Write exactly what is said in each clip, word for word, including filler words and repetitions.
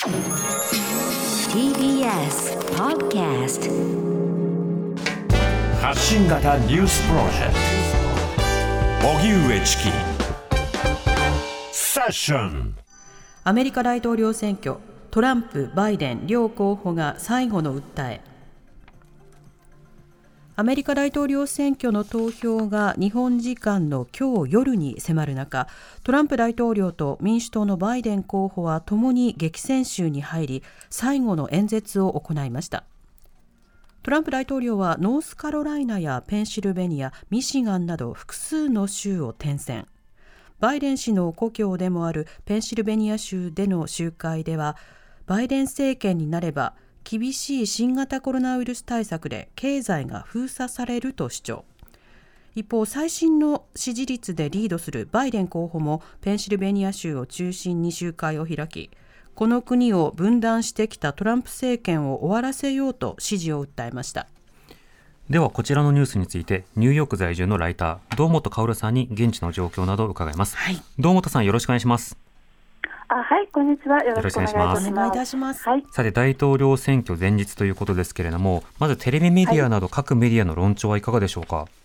ティービーエス Podcast 発信型ニュースプロジェクト荻上チキセッション。 アメリカ大統領選挙、トランプ・バイデン両候補が最後の訴え。アメリカ大統領選挙の投票が日本時間の今日夜に迫る中、トランプ大統領と民主党のバイデン候補はともに激戦州に入り、最後の演説を行いました。トランプ大統領はノースカロライナやペンシルベニア、ミシガンなど複数の州を転戦。バイデン氏の故郷でもあるペンシルベニア州での集会では、バイデン政権になれば厳しい新型コロナウイルス対策で経済が封鎖されると主張。一方、最新の支持率でリードするバイデン候補もペンシルベニア州を中心に集会を開き、この国を分断してきたトランプ政権を終わらせようと支持を訴えました。 ではこちらのニュースについてニューヨーク在住のライター堂本薫さんに現地の状況などを伺います、はい、堂本さん、よろしくお願いします。 あ、はい、こんにちは。よろしくお願いいたします。 お願いいたします。 はい、 さて、大統領選挙前日ということですけれども、まずテレビメディアなど各メディアの論調はいかがでしょうか。はい 、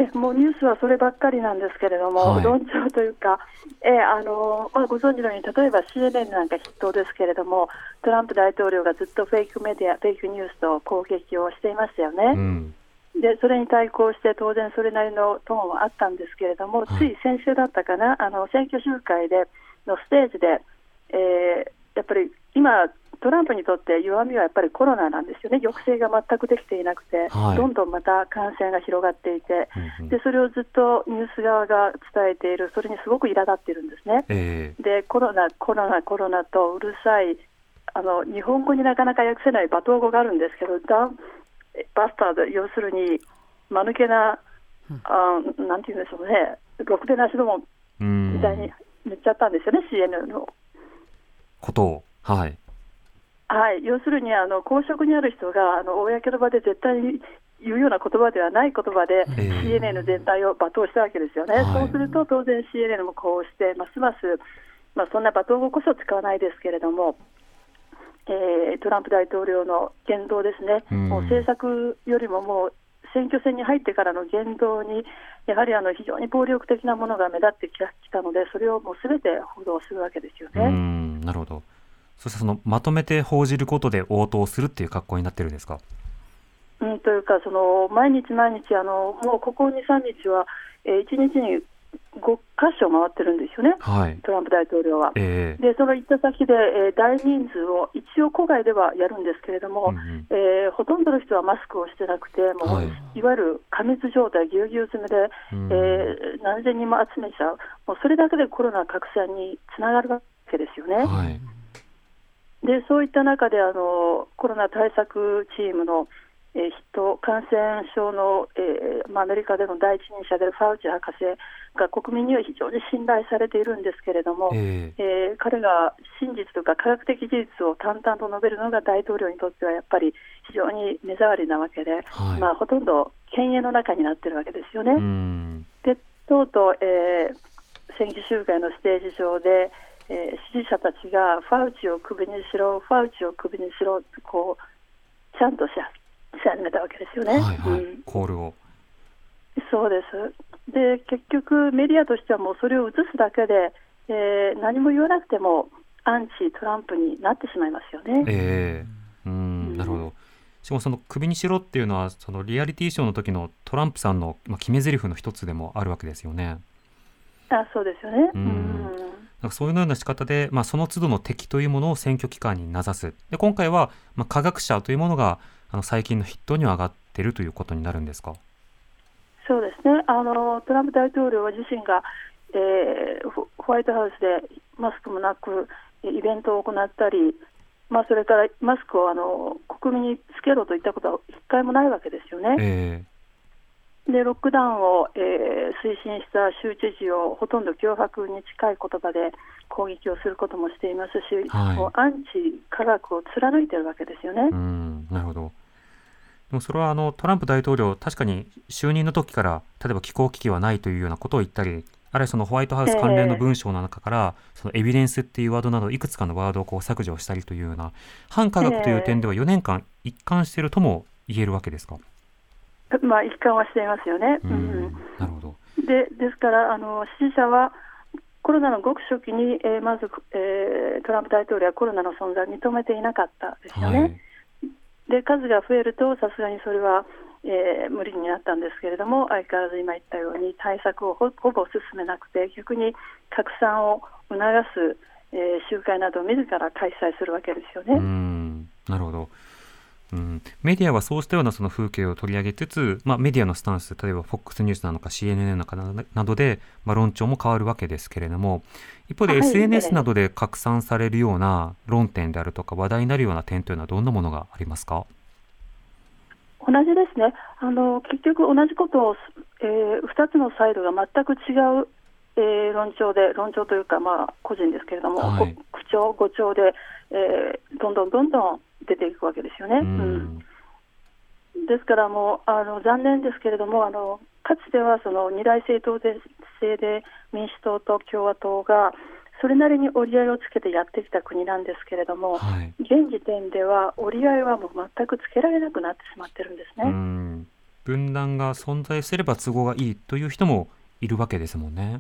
えもうニュースはそればっかりなんですけれども、はい、論調というか、えあのまあ、ご存知のように、例えば シーエヌエヌ なんか筆頭ですけれども、トランプ大統領がずっとフェイクメディア、フェイクニュースと攻撃をしていましたよね、うん、でそれに対抗して当然それなりのトーンはあったんですけれども、はい、つい先週だったかな、あの選挙集会でのステージで、えー、やっぱり今トランプにとって弱みはやっぱりコロナなんですよね。抑制が全くできていなくて、はい、どんどんまた感染が広がっていて、うんうん、でそれをずっとニュース側が伝えている。それにすごく苛立っているんですね、えー、でコロナコロナコロナとうるさい、あの日本語になかなか訳せない罵倒語があるんですけど、ダンバスタード、要するに間抜けな、うん、あなんていうんでしょうね、ろくでなしどもみたいに言っちゃったんですよね、 シーエヌエヌ のことを。はいはい、要するにあの公職にある人があの公の場で絶対に言うような言葉ではない言葉で シーエヌエヌ 全体を罵倒したわけですよね、えー、そうすると当然 シーエヌエヌ もこうしてますます、まあ、そんな罵倒語こそ使わないですけれども、えー、トランプ大統領の言動ですね、うん、もう政策よりももう選挙戦に入ってからの言動にやはりあの非常に暴力的なものが目立ってきたので、それをもうすべて報道するわけですよね。 うーん、なるほど。そしてそのまとめて報じることで応答するっていう格好になってるんですか。 うん、というかその毎日毎日あのもうここ にさんにちは、えー、いちにちにごかしょ回ってるんですよね、はい、トランプ大統領は、えー、でその行った先で、えー、大人数を一応郊外ではやるんですけれども、うんうんえー、ほとんどの人はマスクをしてなくて、もう、はい、いわゆる過密状態、ぎゅうぎゅう詰めで、うんえー、何千人も集めちゃう、もうそれだけでコロナ拡散につながるわけですよね、はい、でそういった中であのコロナ対策チームのえー、人感染症の、えーまあ、アメリカでの第一人者であるファウチ博士が国民には非常に信頼されているんですけれども、えーえー、彼が真実とか科学的事実を淡々と述べるのが大統領にとってはやっぱり非常に目障りなわけで、はいまあ、ほとんど犬猿の中になっているわけですよね。うんでとうとう、えー、選挙集会のステージ上で、えー、支持者たちがファウチをクビにしろファウチをクビにしろとこうちゃんとし始めたわけですよね、はいはいうん、 コールを。 そうです。で結局メディアとしてはもうそれを映すだけで、えー、何も言わなくてもアンチトランプになってしまいますよね、 えー、うーんなるほど。しかもそのクビにしろっていうのはそのリアリティショーの時のトランプさんの、まあ、決め台詞の一つでもあるわけですよね。 あそうですよね。 うんうんなんかそういうような仕方で、まあ、その都度の敵というものを選挙期間に名指す。で今回は、まあ、科学者というものがあの最近の筆頭には上がっているということになるんですか。 そうですね。あのトランプ大統領は自身が、えー、ホワイトハウスでマスクもなくイベントを行ったり、まあ、それからマスクをあの国民につけろといったことは一回もないわけですよね、えーでロックダウンを、えー、推進した州知事をほとんど脅迫に近い言葉で攻撃をすることもしていますし、はい、もうアンチ科学を貫いているわけですよね。 うんなるほど。でもそれはあのトランプ大統領確かに就任の時から例えば気候危機はないというようなことを言ったり、 あるいはそのホワイトハウス関連の文章の中から、えー、そのエビデンスっていうワードなどいくつかのワードをこう削除したりというような反科学という点ではよねんかん一貫しているとも言えるわけですか。 まあ、一貫はしていますよね。 うん、なるほど。 でですからあの支持者はコロナのごく初期に、えー、まず、えー、トランプ大統領はコロナの存在を認めていなかったですよね、はい、で数が増えるとさすがにそれは、えー、無理になったんですけれども、相変わらず今言ったように対策を ほ, ほぼ進めなくて逆に拡散を促す、えー、集会などを自ら開催するわけですよね。 うーん、なるほど。うん、メディアはそうしたようなその風景を取り上げつつ、まあ、メディアのスタンス、例えば フォックス ニュースなのか シーエヌエヌ なのかなどで、まあ、論調も変わるわけですけれども、一方で エスエヌエス などで拡散されるような論点であるとか話題になるような点というのはどんなものがありますか。 同じですね。あの結局同じことを、えー、ふたつのサイドが全く違う、えー、論調で論調というか、まあ、個人ですけれども、はい、口調語調で、えー、どんどんどんどん出ていくわけですよね。うん、ですからもうあの残念ですけれども、あのかつてはその二大政党制で民主党と共和党がそれなりに折り合いをつけてやってきた国なんですけれども、はい、現時点では折り合いはもう全くつけられなくなってしまってるんですね。 うん、分断が存在すれば都合がいいという人もいるわけですもんね。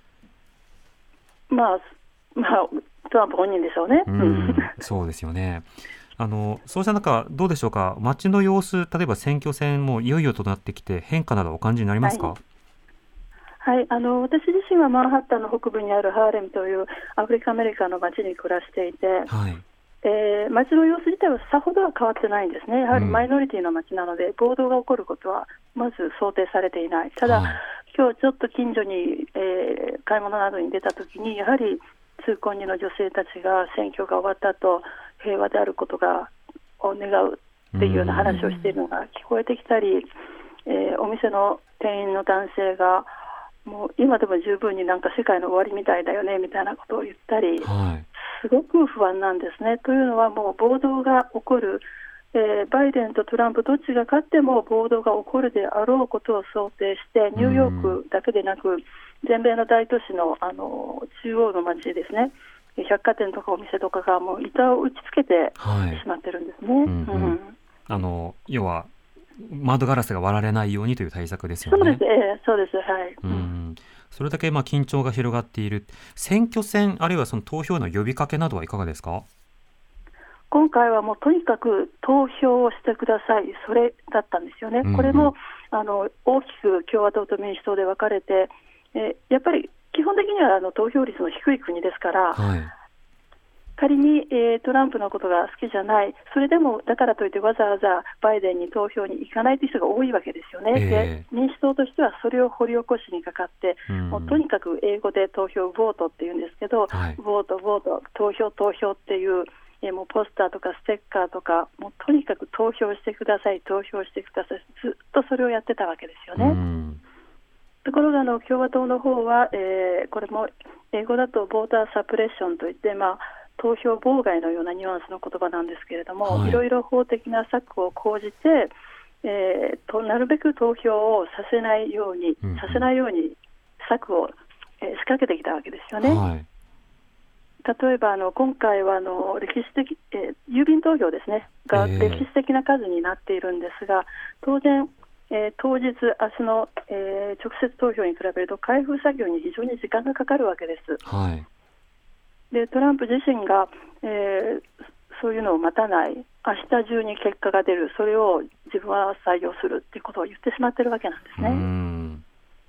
まあ、まあ、トランプ本人でしょうね。 うん、そうですよね。あのそうした中どうでしょうか、街の様子、例えば選挙戦もいよいよとなってきて変化などお感じになりますか。 はいはい、あの私自身はマンハッタンの北部にあるハーレムというアフリカアメリカの街に暮らしていて、はい、えー、街の様子自体はさほどは変わってないんですね。やはりマイノリティの街なので、うん、暴動が起こることはまず想定されていない。ただ、はい、今日ちょっと近所に、えー、買い物などに出たときにやはり通行人の女性たちが選挙が終わった後平和であることがを願うっていうような話をしているのが聞こえてきたり、えー、お店の店員の男性がもう今でも十分になんか世界の終わりみたいだよねみたいなことを言ったり、はい、すごく不安なんですね。というのはもう暴動が起こる、えー、バイデンとトランプどっちが勝っても暴動が起こるであろうことを想定してニューヨークだけでなく全米の大都市の、あの中央の街ですね、百貨店とかお店とかがもう板を打ちつけてしまってるんですね。はい、うんうん、あの要は窓ガラスが割られないようにという対策ですよね。 そうです、えー、そうです、はい、 うん、それだけまあ緊張が広がっている。選挙戦あるいはその投票の呼びかけなどはいかがですか。 今回はもうとにかく投票をしてください、それだったんですよね。うんうん、これもあの大きく共和党と民主党で分かれて、えー、やっぱり基本的にはあの投票率の低い国ですから、はい、仮に、えー、トランプのことが好きじゃない、それでもだからといってわざわざバイデンに投票に行かないという人が多いわけですよね。えー、で民主党としてはそれを掘り起こしにかかって、うん、もうとにかく英語で投票ボートっていうんですけど、はい、ボートボート投票投票っていう、えー、もうポスターとかステッカーとかもうとにかく投票してください投票してください、ずっとそれをやってたわけですよね。うん、ところがあの共和党の方は、えー、これも英語だとボーターサプレッションといって、まあ、投票妨害のようなニュアンスの言葉なんですけれども、はい、いろいろ法的な策を講じて、えー、となるべく投票をさせないように、うんうん、させないように策を、えー、仕掛けてきたわけですよね。はい、例えばあの今回はあの歴史的、えー、郵便投票ですねが歴史的な数になっているんですが、当然えー、当日、明日の、えー、直接投票に比べると開封作業に非常に時間がかかるわけです。はい、でトランプ自身が、えー、そういうのを待たない、明日中に結果が出る、それを自分は採用するということを言ってしまっているわけなんですね。うん、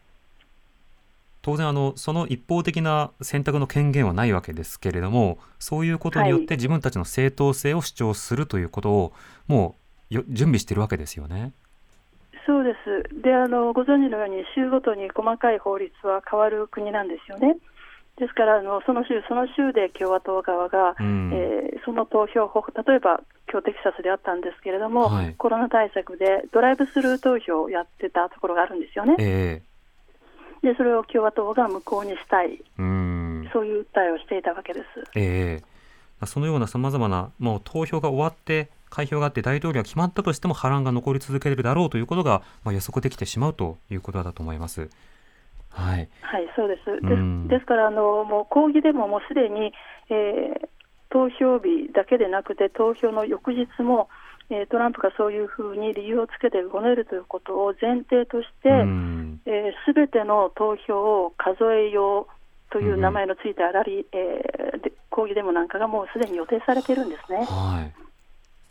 当然あのその一方的な選択の権限はないわけですけれども、そういうことによって自分たちの正当性を主張するということをもうよ準備しているわけですよね。 そうです。であのご存知のように州ごとに細かい法律は変わる国なんですよね。ですからあのその州その州で共和党側が、うん、えー、その投票方法、例えば今日テキサスであったんですけれども、はい、コロナ対策でドライブスルー投票をやってたところがあるんですよね。えー、でそれを共和党が無効にしたい、うん、そういう訴えをしていたわけです。 えー、そのようなさまざまなもう投票が終わって開票があって大統領が決まったとしても波乱が残り続けるだろうということが、まあ、予測できてしまうということだと思います。 はい、 はい、そうです。です、ですからあのもう抗議デモもすでに、えー、投票日だけでなくて投票の翌日も、えー、トランプがそういうふうに理由をつけてごねるということを前提として、すべ、えー、ての投票を数えようという名前のついたラリー、えー、で抗議デモなんかがもうすでに予定されているんですね。 はい、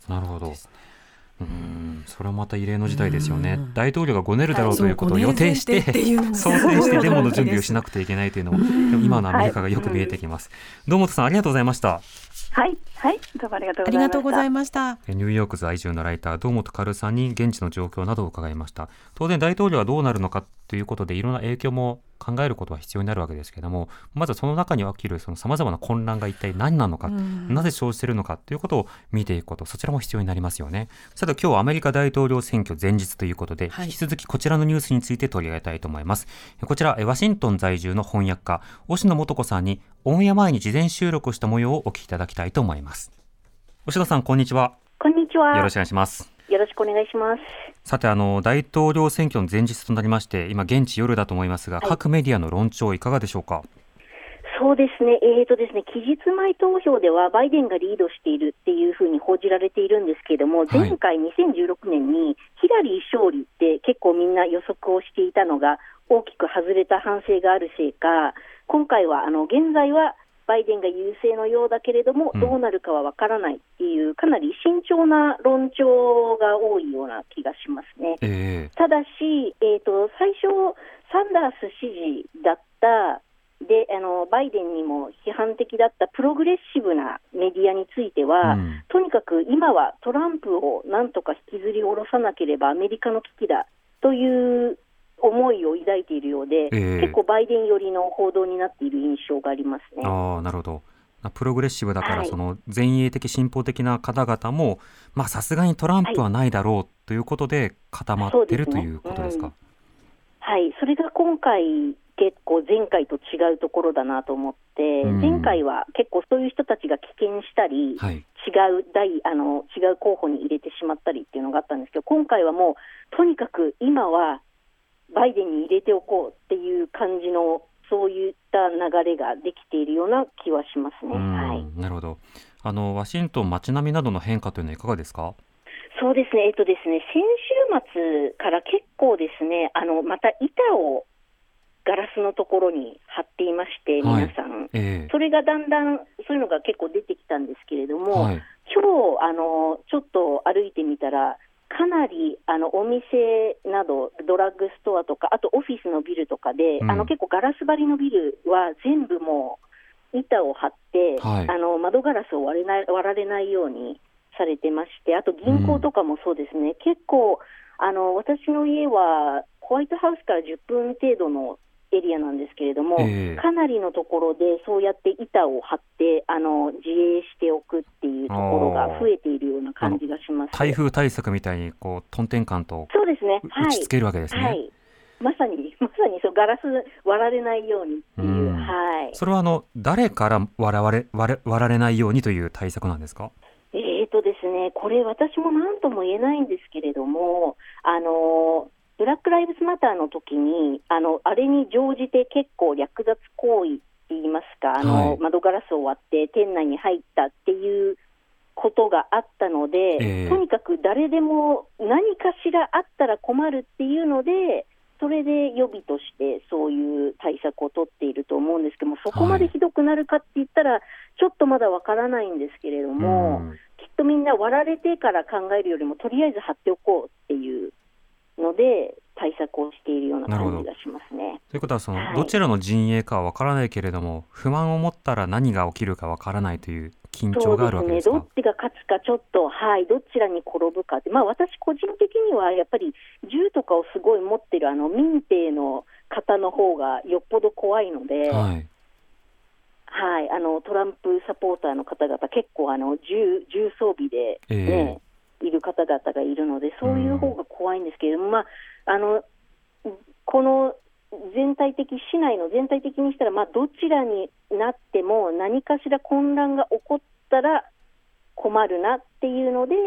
なるほど。うーん、それはまた異例の事態ですよね。大統領がごねるだろうということを予定して、はい、想定してデモの準備をしなくてはいけないというのもでも今のアメリカがよく見えてきます。堂本さん、ありがとうございました。 はい、はい、どうもありがとうございました。 ありがとうございました。 ニューヨーク在住のライター堂本光さんに現地の状況などを伺いました。当然大統領はどうなるのかということでいろんな影響も考えることは必要になるわけですけれども、まずその中に起きるさまざまな混乱が一体何なのか、なぜ生じているのかということを見ていくこと、そちらも必要になりますよね。さて今日はアメリカ大統領選挙前日ということで、はい、引き続きこちらのニュースについて取り上げたいと思います。こちらワシントン在住の翻訳家押野素子さんにオンエア前に事前収録した模様をお聞きいただきたいと思います。押野さん、こんにちは。 こんにちは。 よろしくお願いします。 よろしくお願いします。 さてあの大統領選挙の前日となりまして、今現地夜だと思いますが、はい、各メディアの論調いかがでしょうか。 そうですね、えーとですね、期日前投票ではバイデンがリードしているっていうふうに報じられているんですけれども、前回にせんじゅうろくねんにヒラリー勝利って結構みんな予測をしていたのが大きく外れた反省があるせいか、今回はあの現在はバイデンが優勢のようだけれども、どうなるかはわからないっていう、うん、かなり慎重な論調が多いような気がしますね。 えー、 ただし、えーと、最初サンダース支持だったであのバイデンにも批判的だったプログレッシブなメディアについては、うん、とにかく今はトランプをなんとか引きずり下ろさなければアメリカの危機だという思いを抱いているようで、えー、結構バイデン寄りの報道になっている印象がありますね。 あ、なるほど。プログレッシブだから、はい、その前衛的進歩的な方々もさすがにトランプはないだろう、はい、ということで固まっている、ね、ということですか。うん、 はい、それが今回結構前回と違うところだなと思って、うん、前回は結構そういう人たちが棄権したり、はい、違う大あの違う候補に入れてしまったりっていうのがあったんですけど、今回はもうとにかく今はバイデンに入れておこうっていう感じのそういった流れができているような気はしますね。はい、 なるほど。あのワシントン街並みなどの変化というのはいかがですか。 そうですね、えっとですね、先週末から結構ですね、あのまた板をガラスのところに貼っていまして、皆さん、はい、えー、それがだんだんそういうのが結構出てきたんですけれども、はい、今日あのちょっと歩いてみたらかなりあのお店などドラッグストアとかあとオフィスのビルとかで、うん、あの結構ガラス張りのビルは全部もう板を張って、はい、あの窓ガラスを割れない、割られないようにされてまして、あと銀行とかもそうですね、うん、結構あの私の家はホワイトハウスからじゅっぷん程度のエリアなんですけれども、えー、かなりのところでそうやって板を張ってあの自衛しておくっていうところが増えているような感じがします。 台風対策みたいにこうトンテンカンとそうですね、 打ちつけるわけですね。 はいはい、まさにまさにそうガラス割られないようにっていう、うん、はい、 それはあの誰から割られ、割れ、割られないようにという対策なんですか。 えーとですね、これ私も何とも言えないんですけれども、あのブラックライブズマターの時に あのあれに乗じて結構略奪行為って言いますか、あの、はい、窓ガラスを割って店内に入ったっていうことがあったので、えー、とにかく誰でも何かしらあったら困るっていうので、それで予備としてそういう対策を取っていると思うんですけども、そこまでひどくなるかって言ったら、はい、ちょっとまだわからないんですけれども、きっとみんな割られてから考えるよりもとりあえず貼っておこうっていうので対策をしているような感じがしますね。 ということはその、はい、どちらの陣営かはわからないけれども、不満を持ったら何が起きるかわからないという緊張があるわけですか。 そうですね、どっちが勝つかちょっと、はい、どちらに転ぶかって、まあ、私個人的にはやっぱり銃とかをすごい持ってるあの民兵の方の方がよっぽど怖いので、はいはい、あのトランプサポーターの方々結構あの 銃, 銃装備で、ね、えー、いる方々がいるので、そういう方が怖いんですけれども、うん、まあ、あのこの全体的市内の全体的にしたら、まあ、どちらになっても何かしら混乱が起こったら困るなっていうので、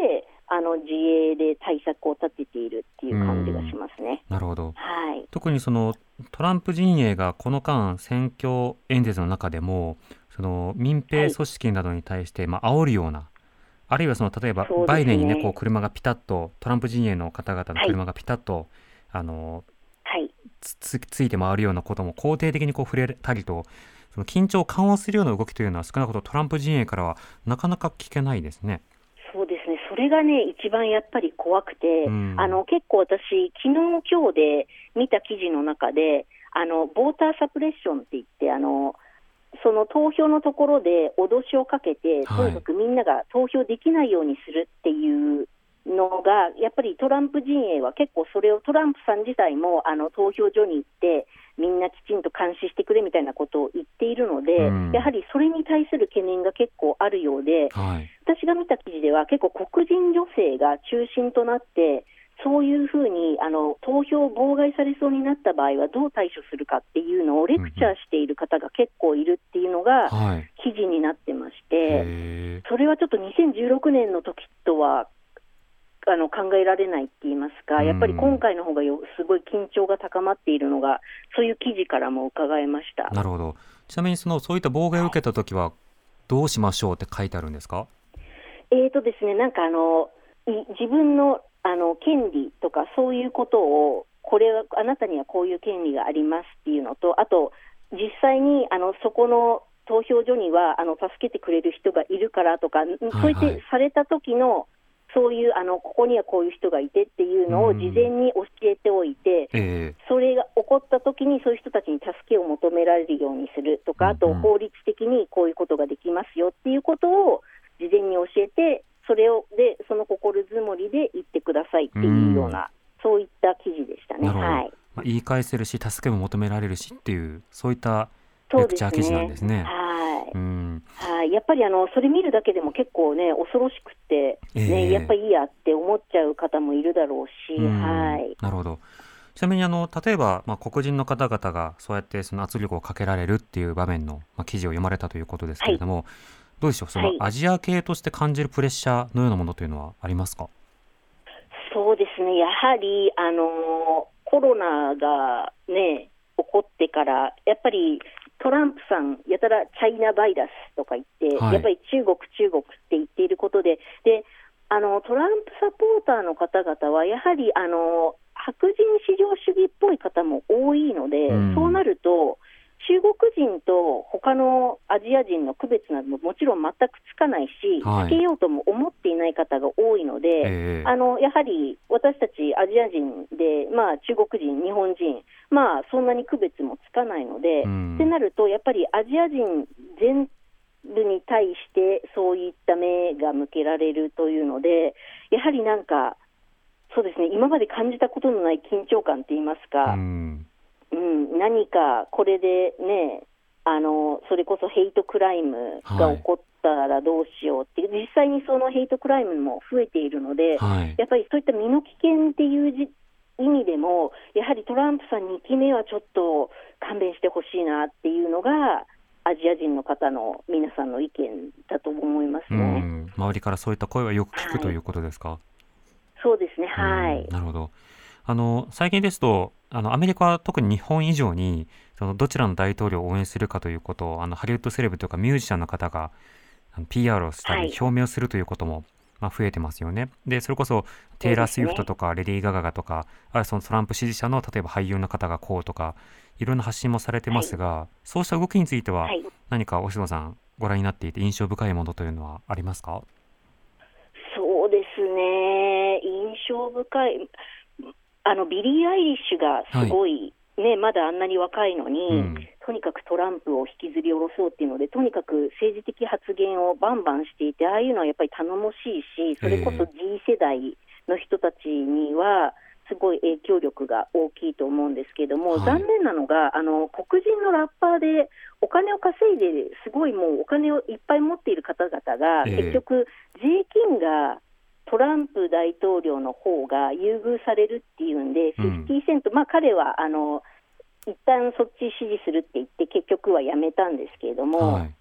あの自衛で対策を立てているっていう感じがしますね。 なるほど、 はい、 特にそのトランプ陣営がこの間選挙演説の中でもその民兵組織などに対して、はい、まあ煽るような、あるいはその例えばバイデンに、ね、こう車がピタッとトランプ陣営の方々の車がピタッと、はい、あのはい、 つ, つ, ついて回るようなことも肯定的にこう触れたりと、その緊張を緩和するような動きというのは少なくともトランプ陣営からはなかなか聞けないですね。 そうですね、それがね一番やっぱり怖くて、うん、あの結構私昨日今日で見た記事の中であのボーターサプレッションって言ってあのその投票のところで脅しをかけて、はい、とにかくみんなが投票できないようにするっていうのがやっぱりトランプ陣営は結構それをトランプさん自体もあの投票所に行ってみんなきちんと監視してくれみたいなことを言っているので、うん、やはりそれに対する懸念が結構あるようで、はい、私が見た記事では結構黒人女性が中心となってそういうふうにあの投票を妨害されそうになった場合はどう対処するかっていうのをレクチャーしている方が結構いるっていうのが記事になってまして、はい、それはちょっとにせんじゅうろくねんの時とはあの考えられないって言いますか、やっぱり今回の方がよすごい緊張が高まっているのがそういう記事からも伺えました。 なるほど。ちなみにそのそういった妨害を受けた時はどうしましょうって書いてあるんですか？ えーとですね、なんかあの自分のあの権利とかそういうことをこれはあなたにはこういう権利がありますっていうのと、あと実際にあのそこの投票所にはあの助けてくれる人がいるからとか、はいはい、そうやってされた時のそういうあのここにはこういう人がいてっていうのを事前に教えておいて、うんえー、それが起こった時にそういう人たちに助けを求められるようにするとか、あと法律的にこういうことができますよっていうことを事前に教えて、それをでその心づもりで言ってくださいっていうような、うん、そういった記事でしたね。はい、 まあ、言い返せるし助けも求められるしっていうそういったレクチャー記事なんですね。 はい、うん、はい、やっぱりあのそれ見るだけでも結構ね恐ろしくて、ね、えー、やっぱりいいやって思っちゃう方もいるだろうし、うん、はい、 なるほど。ちなみにあの例えば、まあ、黒人の方々がそうやってその圧力をかけられるっていう場面の、まあ、記事を読まれたということですけれども、はい、どうでしょう、そのアジア系として感じるプレッシャーのようなものというのはありますか？ そうですね、やはりあのコロナがね起こってからやっぱりトランプさんやたらチャイナバイラスとか言って、はい、やっぱり中国中国って言っていることで、であのトランプサポーターの方々はやはりあの白人至上主義っぽい方も多いので、うん、そうなると中国人と他のアジア人の区別などももちろん全くつかないし、はい、つけようとも思っていない方が多いので、えー、あのやはり私たちアジア人で、まあ、中国人、日本人、まあ、そんなに区別もつかないので、うん、ってなるとやっぱりアジア人全部に対してそういった目が向けられるというので、やはりなんかそうですね、今まで感じたことのない緊張感といいますか、うんうん、何かこれでね、あのそれこそヘイトクライムが起こったらどうしようっていう、はい、実際にそのヘイトクライムも増えているので、はい、やっぱりそういった身の危険っていうじ意味でもやはりトランプさんにきめはちょっと勘弁してほしいなっていうのがアジア人の方の皆さんの意見だと思いますね。うん、 周りからそういった声はよく聞く、はい、ということですか？ そうですね、はい、 なるほど。あの最近ですとあのアメリカは特に日本以上にそのどちらの大統領を応援するかということをあのハリウッドセレブというかミュージシャンの方が ピーアール をしたり表明をするということも、はい、まあ、増えてますよね。でそれこそテイラー・スウィフトとかレディー・ガガガとか、あるいはそのトランプ支持者の例えば俳優の方がこうとかいろんな発信もされてますが、はい、そうした動きについては何か星野さんご覧になっていて印象深いものというのはありますか？ そうですね、印象深いあのビリー・アイリッシュがすごい、はいね、まだあんなに若いのに、うん、とにかくトランプを引きずり下ろそうっていうのでとにかく政治的発言をバンバンしていて、ああいうのはやっぱり頼もしいし、それこそ G 世代の人たちにはすごい影響力が大きいと思うんですけども、はい、残念なのがあの黒人のラッパーでお金を稼いですごいもうお金をいっぱい持っている方々が、えー、結局税金がトランプ大統領の方が優遇されるっていうんで、うん、フィフティーセント、まあ、彼はあの一旦そっち支持するって言って結局はやめたんですけれども、はい、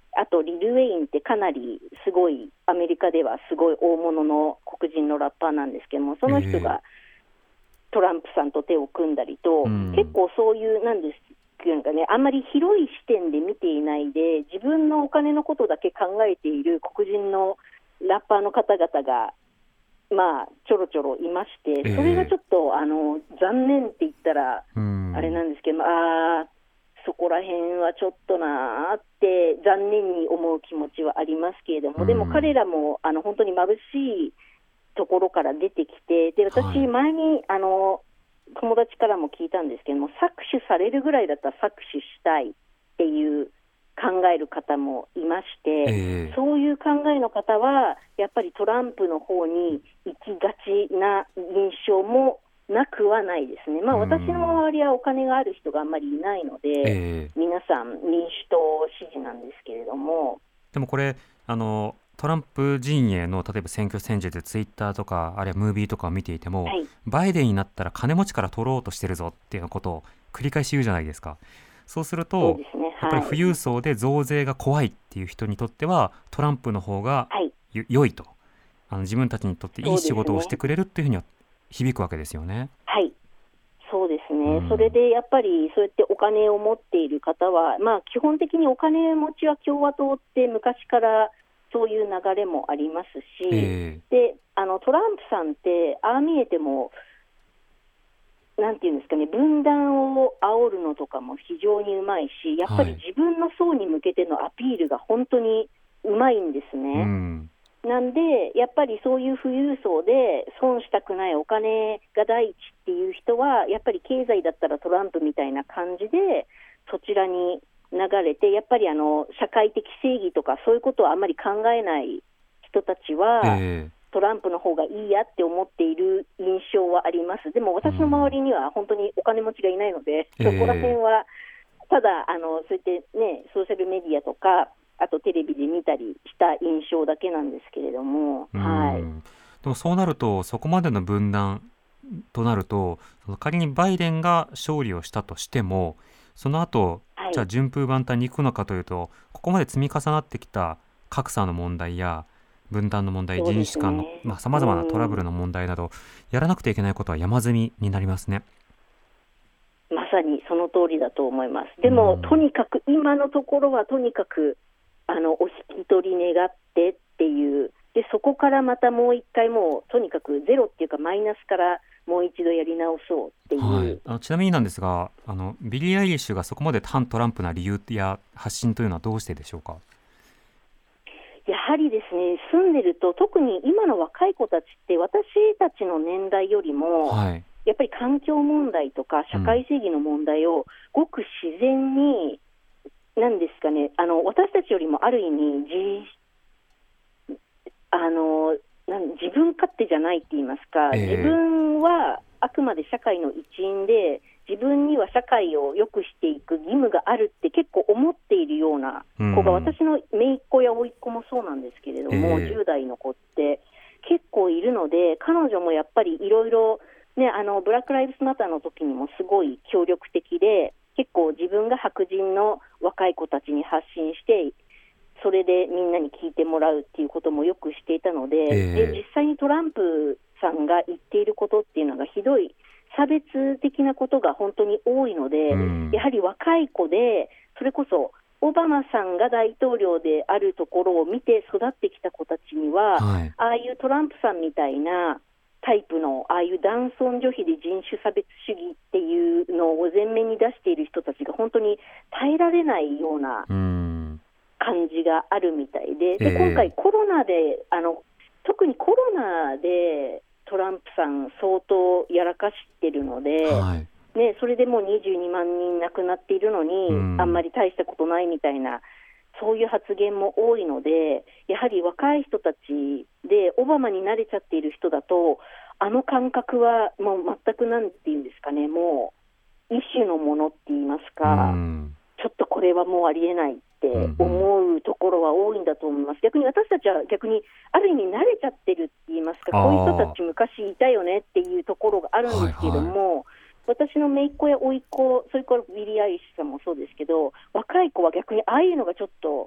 あとリル・ウェインってかなりすごいアメリカではすごい大物の黒人のラッパーなんですけども、その人がトランプさんと手を組んだりと、えー、結構そういうなんですけどね、あんまり広い視点で見ていないで自分のお金のことだけ考えている黒人のラッパーの方々がまあちょろちょろいまして、それがちょっと、えー、あの残念って言ったらあれなんですけど、あそこら辺はちょっとなーって残念に思う気持ちはありますけれども、でも彼らもあの本当に眩しいところから出てきて、で私前に、はい、あの友達からも聞いたんですけども、搾取されるぐらいだったら搾取したいっていう考える方もいまして、えー、そういう考えの方はやっぱりトランプの方に行きがちな印象もなくはないですね。まあ、私の周りはお金がある人があんまりいないので、えー、皆さん民主党支持なんですけれども、 でもこれあのトランプ陣営の例えば選挙戦時でツイッターとかあるいはムービーとかを見ていても、はい、バイデンになったら金持ちから取ろうとしてるぞっていうことを繰り返し言うじゃないですか。そうするとそうですね、はい、 やっぱり富裕層で増税が怖いっていう人にとってはトランプの方が良いと、あの自分たちにとっていい仕事をしてくれるっていうふうには響くわけですよね。 はい、そうですね、うん、それでやっぱりそうやってお金を持っている方は、まあ、基本的にお金持ちは共和党って昔からそういう流れもありますし、えー、であのトランプさんってああ見えてもなんていうんですかね、分断を煽るのとかも非常にうまいし、やっぱり自分の層に向けてのアピールが本当にうまいんですね、はい、うんなんでやっぱりそういう富裕層で損したくないお金が第一っていう人はやっぱり経済だったらトランプみたいな感じでそちらに流れて、やっぱりあの社会的正義とかそういうことをあんまり考えない人たちは、えー、トランプの方がいいやって思っている印象はあります。でも私の周りには本当にお金持ちがいないので、うん、そこら辺はただあのそうやってねソーシャルメディアとかあとテレビで見たりした印象だけなんですけれども、はい、 でもそうなるとそこまでの分断となると仮にバイデンが勝利をしたとしてもその後、はい、じゃあ順風満帆に行くのかというとここまで積み重なってきた格差の問題や分断の問題、人種間のさまざ、まなトラブルの問題などやらなくてはいけないことは山積みになりますね。 まさにその通りだと思います。でもとにかく今のところはとにかくあのお引き取り願ってっていうでそこからまたもう一回もうとにかくゼロっていうかマイナスからもう一度やり直そうっていう、はい、 あのちなみになんですがあのビリー・アイリッシュがそこまで反トランプな理由や発信というのはどうしてでしょうか。 やはりですね住んでると特に今の若い子たちって私たちの年代よりも、はい、やっぱり環境問題とか社会正義の問題をごく自然に、うん、なんですかねあの私たちよりもある意味自あのなん自分勝手じゃないって言いますか、えー、自分はあくまで社会の一員で自分には社会を良くしていく義務があるって結構思っているような子が、うん、私の姪っ子や甥っ子もそうなんですけれども、えー、じゅう代の子って結構いるので彼女もやっぱりいろいろねあのブラックライブスマターの時にもすごい協力的で結構自分が白人の若い子たちに発信してそれでみんなに聞いてもらうっていうこともよくしていたので、えー、で実際にトランプさんが言っていることっていうのがひどい差別的なことが本当に多いので、うん、やはり若い子でそれこそオバマさんが大統領であるところを見て育ってきた子たちには、はい、ああいうトランプさんみたいなタイプのああいう男尊女卑で人種差別主義っていうのを前面に出している人たちが本当に耐えられないような感じがあるみたいで、で今回コロナであの特にコロナでトランプさん相当やらかしてるので、はいね、それでもうにじゅうにまんにん亡くなっているのに、うん、あんまり大したことないみたいなそういう発言も多いのでやはり若い人たちでオバマに慣れちゃっている人だとあの感覚はもう全くなんていうんですかねもう一種のものって言いますか、うん、ちょっとこれはもうありえないって思うところは多いんだと思います。逆に私たちは逆にある意味慣れちゃってるって言いますかこういう人たち昔いたよねっていうところがあるんですけども、はいはい、私の姪っ子や甥っ子それからビリー・アイリッシュさんもそうですけど若い子は逆にああいうのがちょっと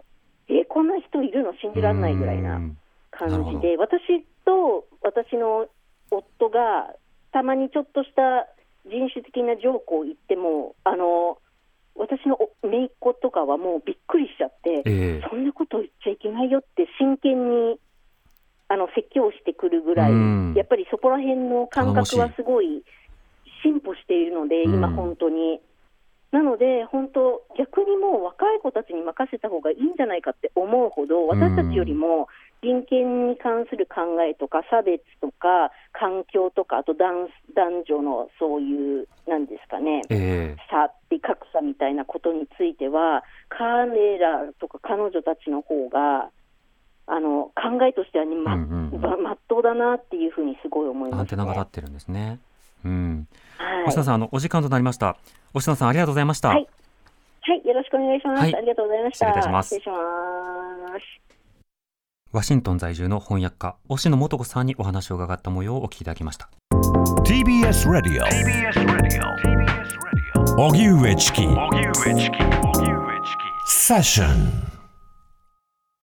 えー、こんな人いるの信じられないぐらいな感じで、私と私の夫がたまにちょっとした人種的なジョークを言っても、あの私の姪っ子とかはもうびっくりしちゃって、えー、そんなこと言っちゃいけないよって真剣にあの説教してくるぐらい、やっぱりそこら辺の感覚はすごい進歩しているので、今本当に。なので本当逆にもう若い子たちに任せた方がいいんじゃないかって思うほど、私たちよりも人権に関する考えとか差別とか環境とか、あと 男, 男女のそういうなんですかね、えー、差って格差みたいなことについては彼らとか彼女たちの方があの考えとしては、ね、まうんうん、まっとうだなっていうふうにすごい思いますね。 アンテナが立ってるんですね。うん、はい、星野さん、あのお時間となりました。星野さん、ありがとうございました。 はい、はい、よろしくお願いします。はい、ありがとうございました。 失礼いたします。 失礼します。 ワシントン在住の翻訳家、押野素子さんにお話を伺った模様をお聞きいただきました。 ティービーエス Radio 荻上チキセッション。